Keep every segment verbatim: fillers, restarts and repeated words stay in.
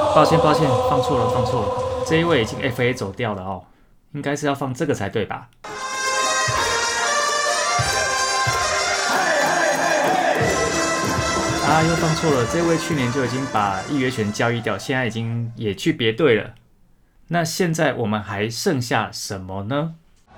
抱歉抱歉，放错了放错了，这一位已经 F A 走掉了哦，应该是要放这个才对吧？啊，又放错了，这位去年就已经把预约权交易掉，现在已经也去别队了。那现在我们还剩下什么呢？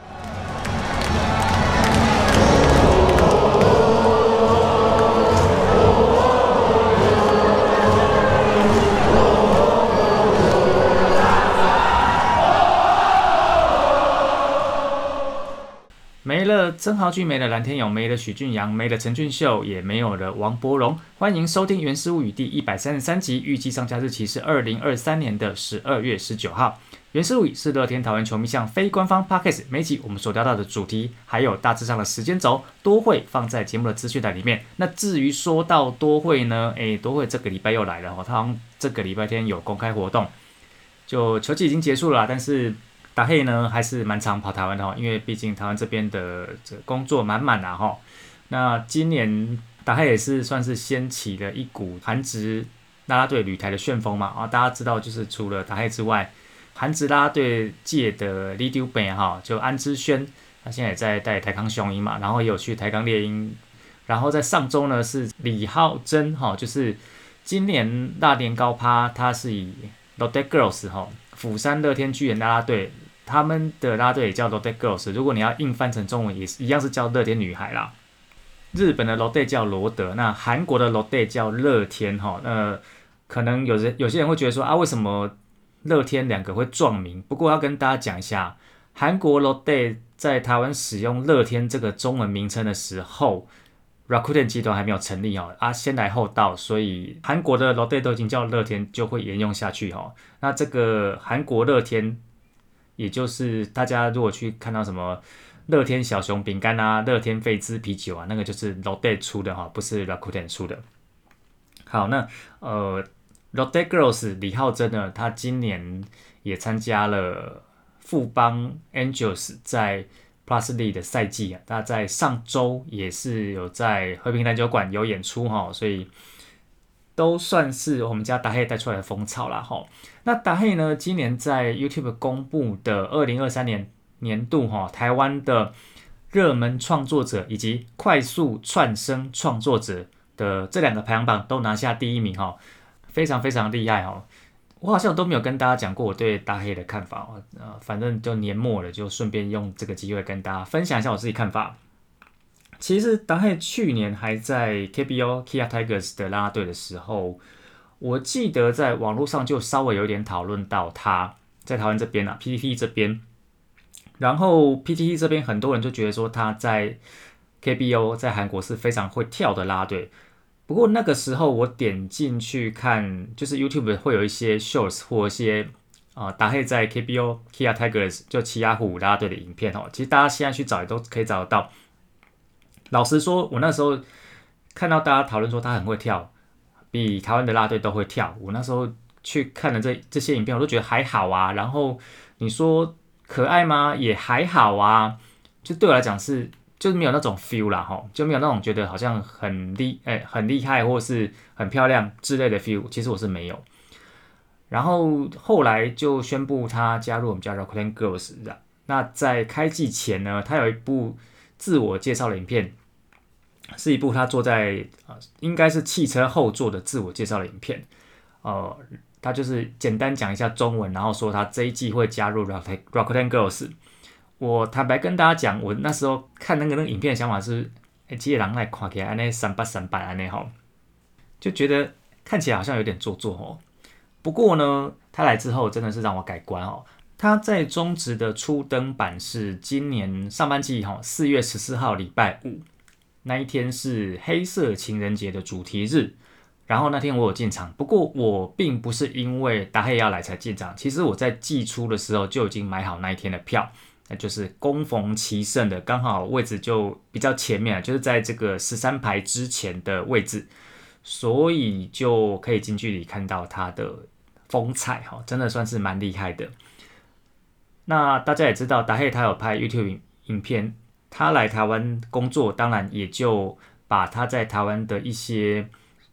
没了曾豪俊，没了蓝天勇，没了许俊阳，没了陈俊秀，也没有了王柏荣。欢迎收听《原始物语》第一百三十三集，预计上架日期是二零二三年的十二月十九号。《原始物语》是乐天桃园球迷向非官方 Podcast， 每集我们所聊到的主题，还有大致上的时间轴，都会放在节目的资讯栏里面。那至于说到多会呢？诶，多会这个礼拜又来了哦，他好像这个礼拜天有公开活动，就球季已经结束了啦，但是达黑呢还是蛮常跑台湾的哈，因为毕竟台湾这边的这工作满满啊哈。那今年达黑也是算是掀起了一股韩职啦啦队旅台的旋风嘛啊，大家知道就是除了达黑之外，韩职啦啦队界的 Lee Doo Ben 哈，就安之轩，他现在也在带台康雄鹰嘛，然后也有去台钢猎鹰，然后在上周呢是李浩珍哈，就是今年大年高趴，他是以 Lotte Girls 哈，釜山乐天巨人啦啦队。他们的啦啦队也叫 Lotte Girls， 如果你要硬翻成中文，也是一样是叫乐天女孩啦。日本的 Lotte 叫罗德，那韩国的 Lotte 叫乐天哈。那可能有人有些人会觉得说啊，为什么乐天两个会撞名？不过要跟大家讲一下，韩国 Lotte 在台湾使用乐天这个中文名称的时候，Rakuten 集团还没有成立哦，啊，先来后到，所以韩国的 Lotte 都已经叫乐天，就会沿用下去哦。那这个韩国乐天。也就是大家如果去看到什么乐天小熊饼干啊、乐天费兹啤酒啊，那个就是 Lotte 出的哈，不是 Rakuten 出的。好，那呃 Lotte Girls 李浩珍呢，他今年也参加了富邦 Angels 在 Plus League 的赛季啊，他在上周也是有在和平篮球馆有演出哈，所以都算是我们家达黑带出来的风潮啦哈。那达黑呢，今年在 YouTube 公布的二零二三年年度哈台湾的热门创作者以及快速窜升创作者的这两个排行榜都拿下第一名哈，非常非常厉害哈。我好像都没有跟大家讲过我对达黑的看法哦，呃，反正就年末了，就顺便用这个机会跟大家分享一下我自己看法。其实达黑去年还在 K B O Kia Tigers 的啦啦队的时候，我记得在网络上就稍微有点讨论到他在台湾这边啊 P T T 这边，然后 P T T 这边很多人就觉得说他在 K B O 在韩国是非常会跳的啦啦队。不过那个时候我点进去看，就是 YouTube 会有一些 shorts 或一些啊、呃、达黑在 K B O Kia Tigers 就奇亚虎啦啦队的影片哦，其实大家现在去找也都可以找得到。老实说，我那时候看到大家讨论说他很会跳，比台湾的啦队都会跳。我那时候去看了这这些影片，我都觉得还好啊。然后你说可爱吗？也还好啊。就对我来讲是，就是没有那种 feel 啦，哈，就没有那种觉得好像很厉，哎，很厉害或是很漂亮之类的 feel。其实我是没有。然后后来就宣布他加入我们家 Rakuten Girls。那在开季前呢，他有一部自我介绍的影片。是一部他坐在、呃、应该是汽车后座的自我介绍的影片，呃，他就是简单讲一下中文，然后说他这一季会加入 Rakuten Girls。我坦白跟大家讲，我那时候看那个那个影片的想法是，哎，这个人来看起来安尼三八三八安尼吼，就觉得看起来好像有点做作哦。不过呢，他来之后真的是让我改观哦。他在中职的初登板是今年上半季哈四月十四号礼拜五。那一天是黑色情人节的主题日，然后那天我有进场，不过我并不是因为达黑要来才进场，其实我在季初的时候就已经买好那一天的票，那就是恭逢其盛的，刚好位置就比较前面，就是在这个十三排之前的位置，所以就可以近距离看到他的风采，真的算是蛮厉害的。那大家也知道，达黑他有拍 YouTube 影片。他来台湾工作，当然也就把他在台湾的一些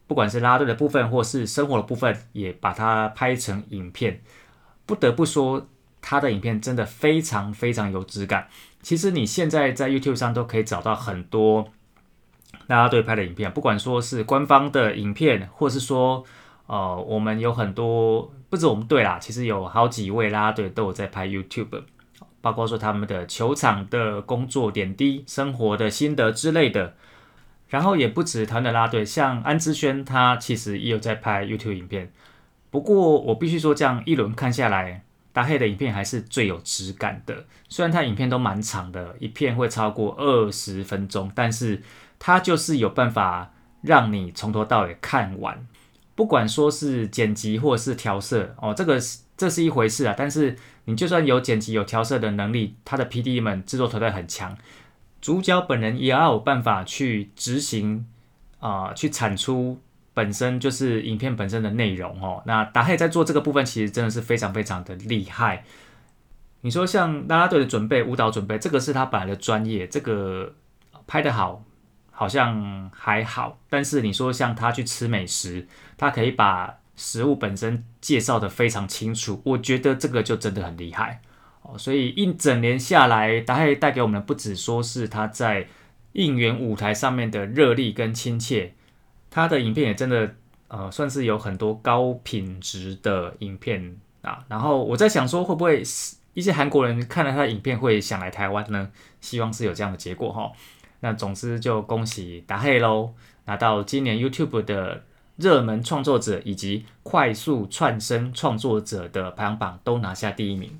不管是啦啦队的部分或是生活的部分，也把它拍成影片。不得不说，他的影片真的非常非常有质感。其实你现在在 YouTube 上都可以找到很多啦啦队拍的影片，不管说是官方的影片，或是说呃我们有很多，不止我们队啦，其实有好几位啦啦队都有在拍 YouTube， 包括说他们的球场的工作点滴、生活的心得之类的。然后也不止台湾的啦啦队，像安之轩他其实也有在拍 YouTube 影片。不过我必须说，这样一轮看下来，达黑的影片还是最有质感的。虽然他影片都蛮长的，一片会超过二十分钟，但是他就是有办法让你从头到尾看完。不管说是剪辑或是调色哦，这个这是一回事啊。但是你就算有剪辑有调色的能力，他的 P D 们制作团队很强。主角本人也要有办法去执行啊、呃，去产出本身就是影片本身的内容哦。那达黑在做这个部分，其实真的是非常非常的厉害。你说像啦啦队的准备、舞蹈准备，这个是他本来的专业，这个拍得好，好像还好。但是你说像他去吃美食，他可以把食物本身介绍得非常清楚，我觉得这个就真的很厉害。所以一整年下来，达黑带给我们的不只说是他在应援舞台上面的热力跟亲切，他的影片也真的呃算是有很多高品质的影片啊。然后我在想说，会不会一些韩国人看了他的影片会想来台湾呢？希望是有这样的结果哈。那总之就恭喜达黑咯，拿到今年 YouTube 的热门创作者以及快速窜升创作者的排行榜都拿下第一名。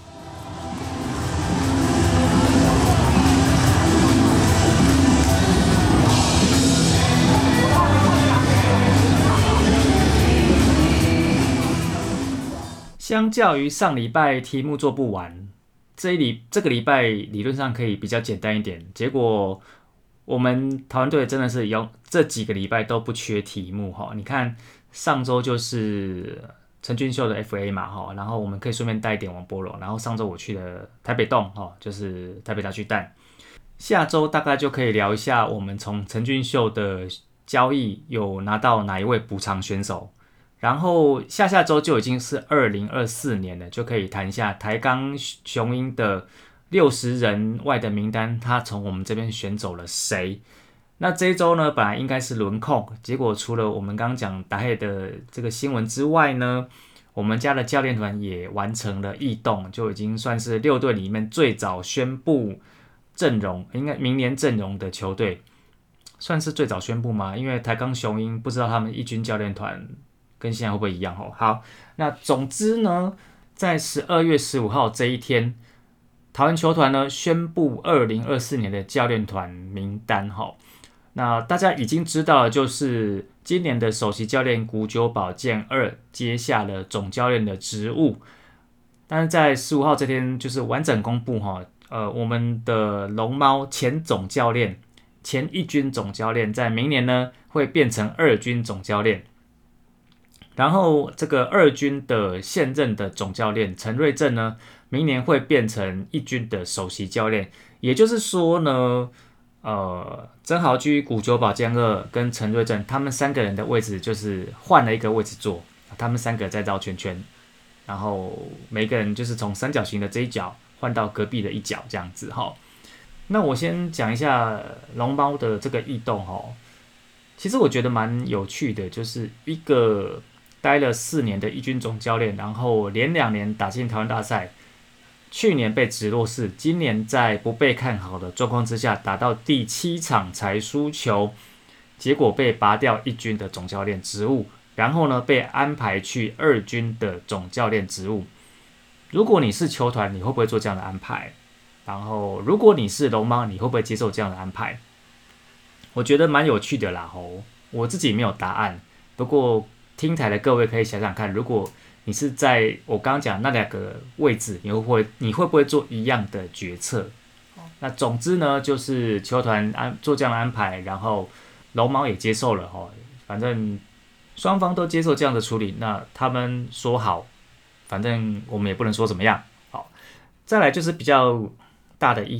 相较于上礼拜题目做不完，这一礼这个礼拜理论上可以比较简单一点。结果我们台湾队真的是有这几个礼拜都不缺题目哈。你看上周就是陈俊秀的 F A 嘛哈，然后我们可以顺便带一点王柏融。然后上周我去的台北洞哈，就是台北大巨蛋。下周大概就可以聊一下我们从陈俊秀的交易有拿到哪一位补偿选手。然后下下周就已经是二零二四年了，就可以谈一下台钢雄鹰的六十人外的名单，他从我们这边选走了谁？那这一周呢，本来应该是轮空，结果除了我们刚刚讲达黑的这个新闻之外呢，我们家的教练团也完成了异动，就已经算是六队里面最早宣布阵容，应该明年阵容的球队，算是最早宣布吗？因为台钢雄鹰不知道他们一军教练团跟现在会不会一样哦？好，那总之呢，在十二月十五号这一天，台湾球团呢宣布二零二四年的教练团名单哈。那大家已经知道了，就是今年的首席教练古久保健二接下了总教练的职务，但是在十五号这天就是完整公布哈。呃，我们的龙猫前总教练、前一军总教练，在明年呢会变成二军总教练。然后这个二军的现任的总教练陈瑞正呢，明年会变成一军的首席教练。也就是说呢，呃，曾豪居、古久保健二跟陈瑞正他们三个人的位置就是换了一个位置坐，他们三个在绕圈圈，然后每个人就是从三角形的这一角换到隔壁的一角这样子哈。那我先讲一下龙猫的这个异动哈，其实我觉得蛮有趣的，就是一个待了四年的一军总教练，然后连两年打进台湾大赛，去年被直落四，今年在不被看好的状况之下，打到第七场才输球，结果被拔掉一军的总教练职务，然后呢被安排去二军的总教练职务。如果你是球团，你会不会做这样的安排？然后如果你是龙猫，你会不会接受这样的安排？我觉得蛮有趣的啦吼，我自己没有答案，不过听台的各位可以想想看，如果你是在我刚刚讲那两个位置，你会不会你会不会做一样的决策？那总之呢，就是球团安做这样的安排，然后龙猫也接受了吼，反正双方都接受这样的处理，那他们说好，反正我们也不能说怎么样。好，再来就是比较大的异动，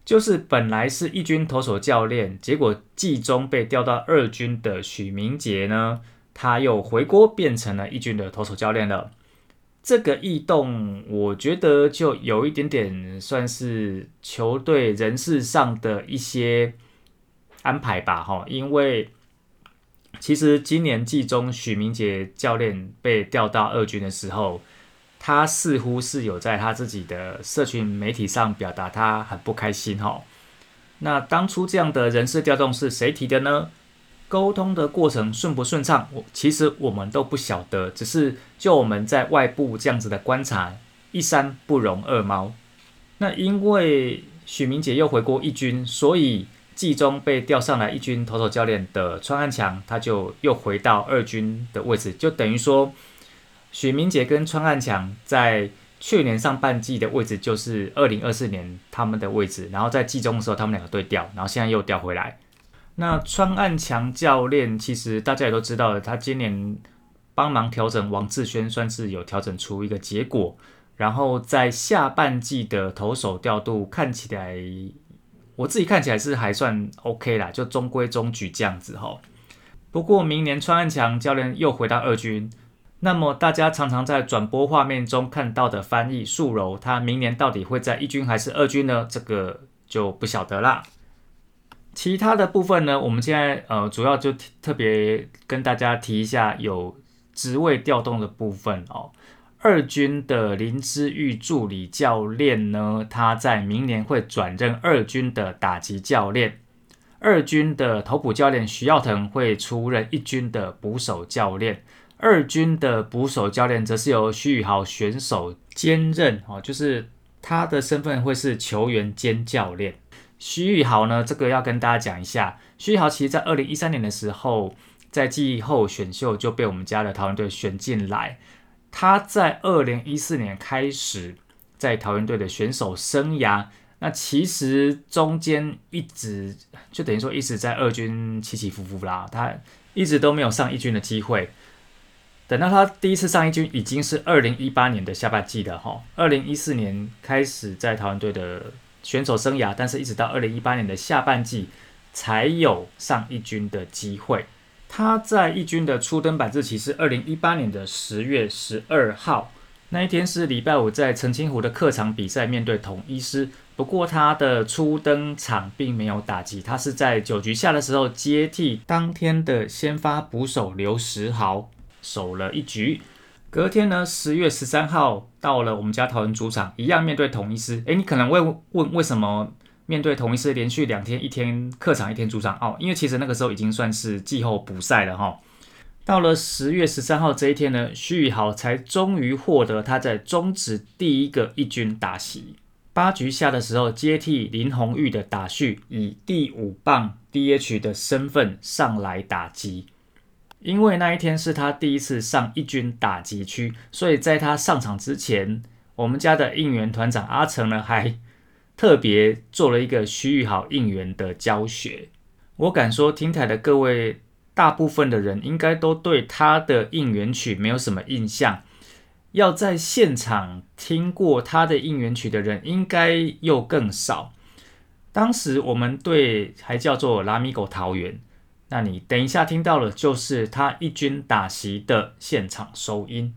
就是本来是一军投手教练，结果季中被调到二军的许明杰呢，他又回锅变成了一军的投手教练了。这个异动，我觉得就有一点点算是球队人事上的一些安排吧，因为其实今年季中许明杰教练被调到二军的时候，他似乎是有在他自己的社群媒体上表达他很不开心齁。那当初这样的人事调动是谁提的呢？沟通的过程顺不顺畅，其实我们都不晓得，只是就我们在外部这样子的观察，一山不容二猫。那因为许明杰又回过一军，所以季中被调上来一军投手教练的川汉强，他就又回到二军的位置，就等于说许明杰跟川汉强在去年上半季的位置就是二零二四年他们的位置，然后在季中的时候他们两个对调，然后现在又调回来。那川汉强教练其实大家也都知道了，他今年帮忙调整王志轩，算是有调整出一个结果，然后在下半季的投手调度看起来，我自己看起来是还算 OK 啦，就中规中矩这样子齁。不过明年川汉强教练又回到二军，那么大家常常在转播画面中看到的翻译树柔，他明年到底会在一军还是二军呢？这个就不晓得啦。其他的部分呢，我们现在呃主要就特别跟大家提一下有职位调动的部分哦。二军的林之玉助理教练呢，他在明年会转任二军的打击教练。二军的投捕教练徐耀腾会出任一军的捕手教练。二军的捕手教练则是由徐宇豪选手兼任，就是他的身份会是球员兼教练。徐宇豪呢，这个要跟大家讲一下，徐宇豪其实在二零一三年的时候，在季后选秀就被我们家的桃园队选进来。他在二零一四年开始在桃园队的选手生涯，那其实中间一直就等于说一直在二军起起伏伏啦，他一直都没有上一军的机会。等到他第一次上一军已经是二零一八年的下半季了齁，二零一四年开始在桃园队的选手生涯，但是一直到二零一八年的下半季才有上一军的机会。他在一军的初登板日期是二零一八年的十月十二号，那一天是礼拜五，在澄清湖的客场比赛面对统一狮。不过他的初登场并没有打击，他是在九局下的时候接替当天的先发捕手刘时豪，守了一局。隔天呢，十月十三号到了我们家桃园主场，一样面对统一狮。诶，你可能会问为什么面对统一狮连续两天，一天客场一天主场哦？因为其实那个时候已经算是季后补赛了齁。到了十月十三号这一天呢，徐宇豪才终于获得他在中职第一个一军打席。八局下的时候接替林红玉的打序，以第五棒 D H 的身份上来打击。因为那一天是他第一次上一军打击区，所以在他上场之前，我们家的应援团长阿成呢，还特别做了一个徐宇豪应援的教学。我敢说，听台的各位大部分的人应该都对他的应援曲没有什么印象，要在现场听过他的应援曲的人应该又更少。当时我们队还叫做拉米狗桃园，那你等一下听到了就是他一军打席的现场收音。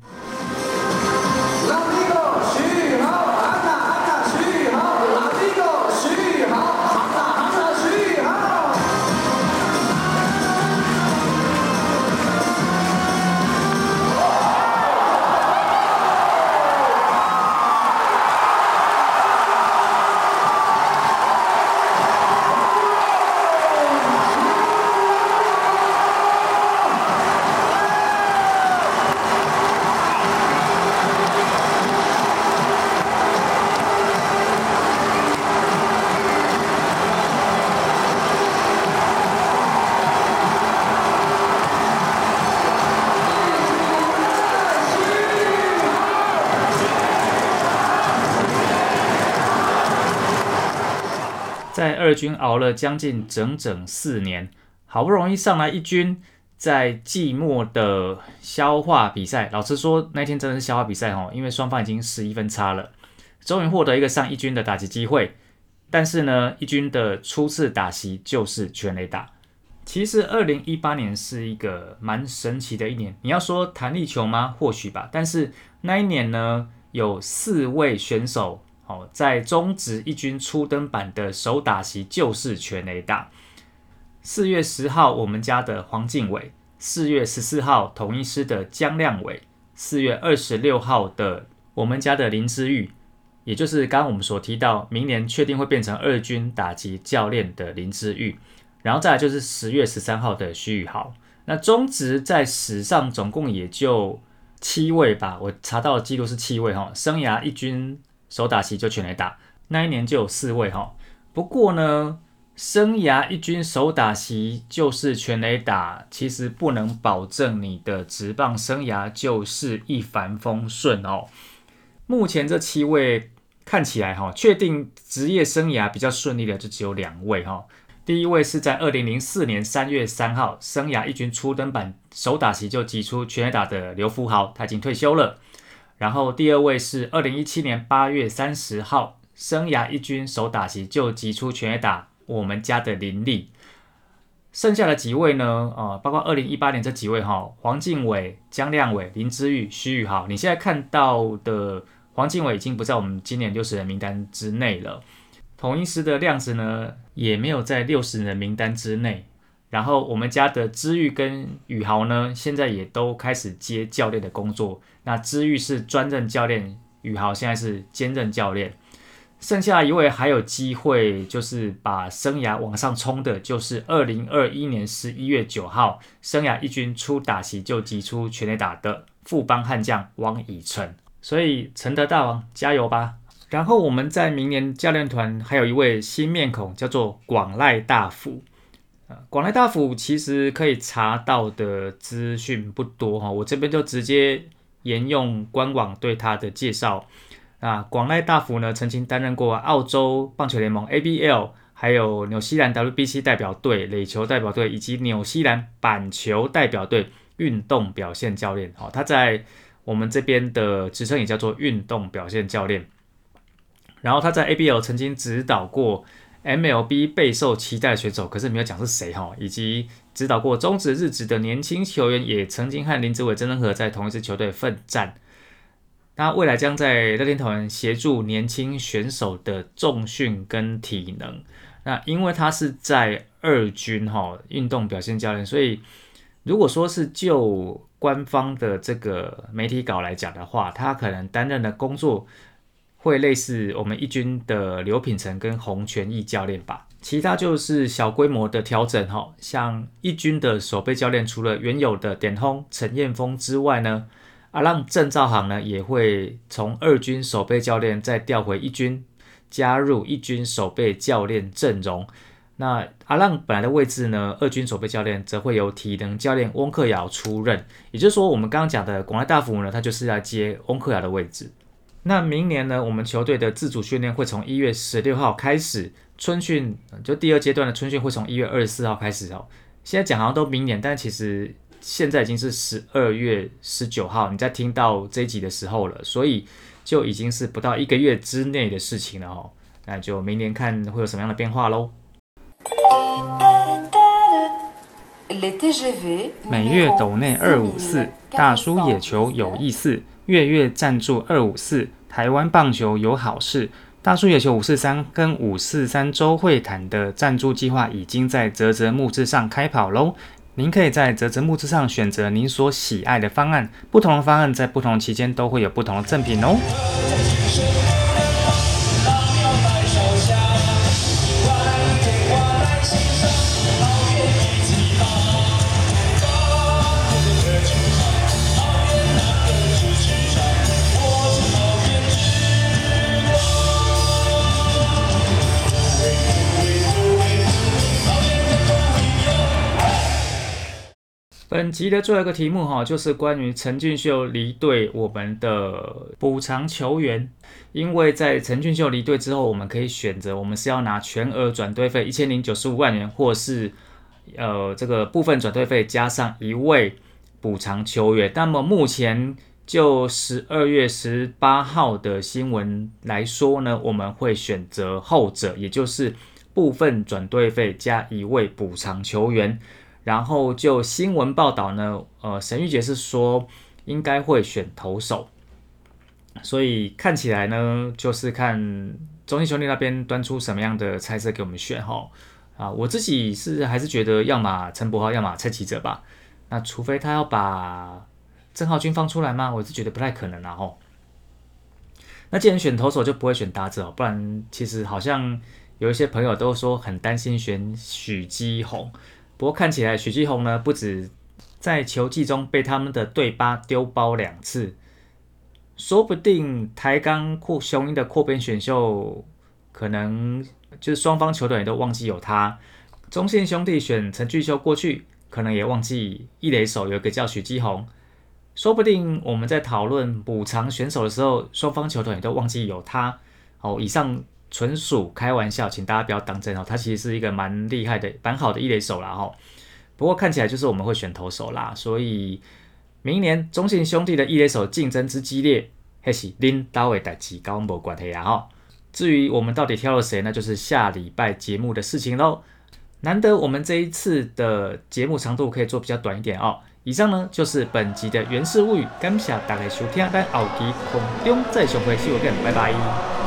在二军熬了将近整整四年，好不容易上来一军，在季末的消化比赛，老实说那天真的是消化比赛哦，因为双方已经十一分差了，终于获得一个上一军的打击机会。 但是呢，一军的初次打席就是全垒打。其实二零一八年是一个蛮神奇的一年，你要说弹力球吗？或许吧。但是那一年呢，有四位选手、哦、在中职一军初登板的首打席就是全垒打。四月十号，我们家的黄敬伟；四月十四号，统一狮的江亮伟；四月二十六号的我们家的林之玉，也就是刚刚我们所提到，明年确定会变成二军打击教练的林之玉。然后再来就是十月十三号的徐宇豪。那中职在史上总共也就七位吧，我查到的记录是七位哈，生涯一军首打席就全垒打，那一年就有四位哈。不过呢，生涯一军首打席就是全垒打，其实不能保证你的职棒生涯就是一帆风顺哦。目前这七位看起来哈，确定职业生涯比较顺利的就只有两位哈。第一位是在二零零四年三月三号，生涯一军初登板首打席就击出全垒打的刘福豪，他已经退休了。然后第二位是二零一七年八月三十号，生涯一军首打席就击出全垒打，我们家的林立。剩下的几位呢？呃，包括二零一八年这几位哈，黄敬伟、江亮伟、林之玉、徐宇豪。你现在看到的黄敬伟已经不在我们今年六十人名单之内了。统一狮的亮子呢，也没有在六十人名单之内。然后我们家的知玉跟宇豪呢，现在也都开始接教练的工作。那知玉是专任教练，宇豪现在是兼任教练。剩下一位还有机会，就是把生涯往上冲的，就是二零二一年十一月九号，生涯一军初打席就击出全垒打的富邦悍将王以诚。所以承德大王加油吧！然后我们在明年教练团还有一位新面孔，叫做广濑大辅。广濑大辅其实可以查到的资讯不多，我这边就直接沿用官网对他的介绍。那广濑大辅呢，曾经担任过澳洲棒球联盟 A B L， 还有纽西兰 W B C 代表队、垒球代表队以及纽西兰板球代表队运动表现教练。他在我们这边的职称也叫做运动表现教练。然后他在 A B L 曾经指导过 M L B 备受期待的选手，可是没有讲是谁，以及指导过中职日职的年轻球员，也曾经和林子伟、曾仁和在同一支球队奋战。他未来将在乐天桃园协助年轻选手的重训跟体能。那因为他是在二军运动表现教练，所以如果说是就官方的这个媒体稿来讲的话，他可能担任的工作会类似我们一军的刘品成跟洪权益教练吧。其他就是小规模的调整，像一军的守备教练除了原有的点轰陈彦峰之外呢，阿浪郑兆航呢也会从二军守备教练再调回一军，加入一军守备教练阵容。那阿浪本来的位置呢，二军守备教练则会由体能教练翁克尧出任，也就是说我们刚刚讲的广濑大辅呢，他就是来接翁克尧的位置。那明年呢，我们球队的自主训练会从一月十六号开始，春训就第二阶段的春训会从一月二十四号开始哦。现在讲好像都明年，但其实现在已经是十二月十九号，你在听到这一集的时候了，所以就已经是不到一个月之内的事情了哦。那就明年看会有什么样的变化咯。每月斗内二五四，大叔野球有意思，月月赞助二五四，台湾棒球有好事。大叔野球五四三跟五四三周会谈的赞助计划已经在嘖嘖募资上开跑咯。您可以在嘖嘖募资上选择您所喜爱的方案，不同的方案在不同期间都会有不同的赠品哦。本集的最后一个题目就是关于陈俊秀离队我们的补偿球员。因为在陈俊秀离队之后，我们可以选择我们是要拿全额转队费一千零九十五万元，或是呃这个部分转队费加上一位补偿球员。那么目前就十二月十八号的新闻来说呢，我们会选择后者，也就是部分转队费加一位补偿球员。然后就新闻报道呢，呃，沈玉杰是说应该会选投手，所以看起来呢，就是看中信兄弟那边端出什么样的菜色给我们选哈。啊，我自己是还是觉得要么陈柏豪，要么蔡奇哲吧。那除非他要把郑浩均放出来吗？我是觉得不太可能啦吼。那既然选投手就不会选打者哦，不然其实好像有一些朋友都说很担心选许基宏。不过看起来许基宏呢，不止在球季中被他们的队巴丢包两次，说不定台钢扩雄鹰的扩编选秀可能就是双方球队也都忘记有他。中信兄弟选陈俊秀过去，可能也忘记一垒手有一个叫许基宏。说不定我们在讨论补偿选手的时候，双方球队也都忘记有他。哦，以上纯属开玩笑，请大家不要当真哦。他其实是一个蛮厉害的、蛮好的一垒手啦哈。不过看起来就是我们会选投手啦，所以明年中信兄弟的一垒手竞争之激烈，那是恁家的代志，跟我没关系啊哈。至于我们到底挑了谁，那就是下礼拜节目的事情喽。难得我们这一次的节目长度可以做比较短一点哦。以上呢就是本集的源氏物语，感谢大家收听，咱后期空中再相会，see you again，拜拜。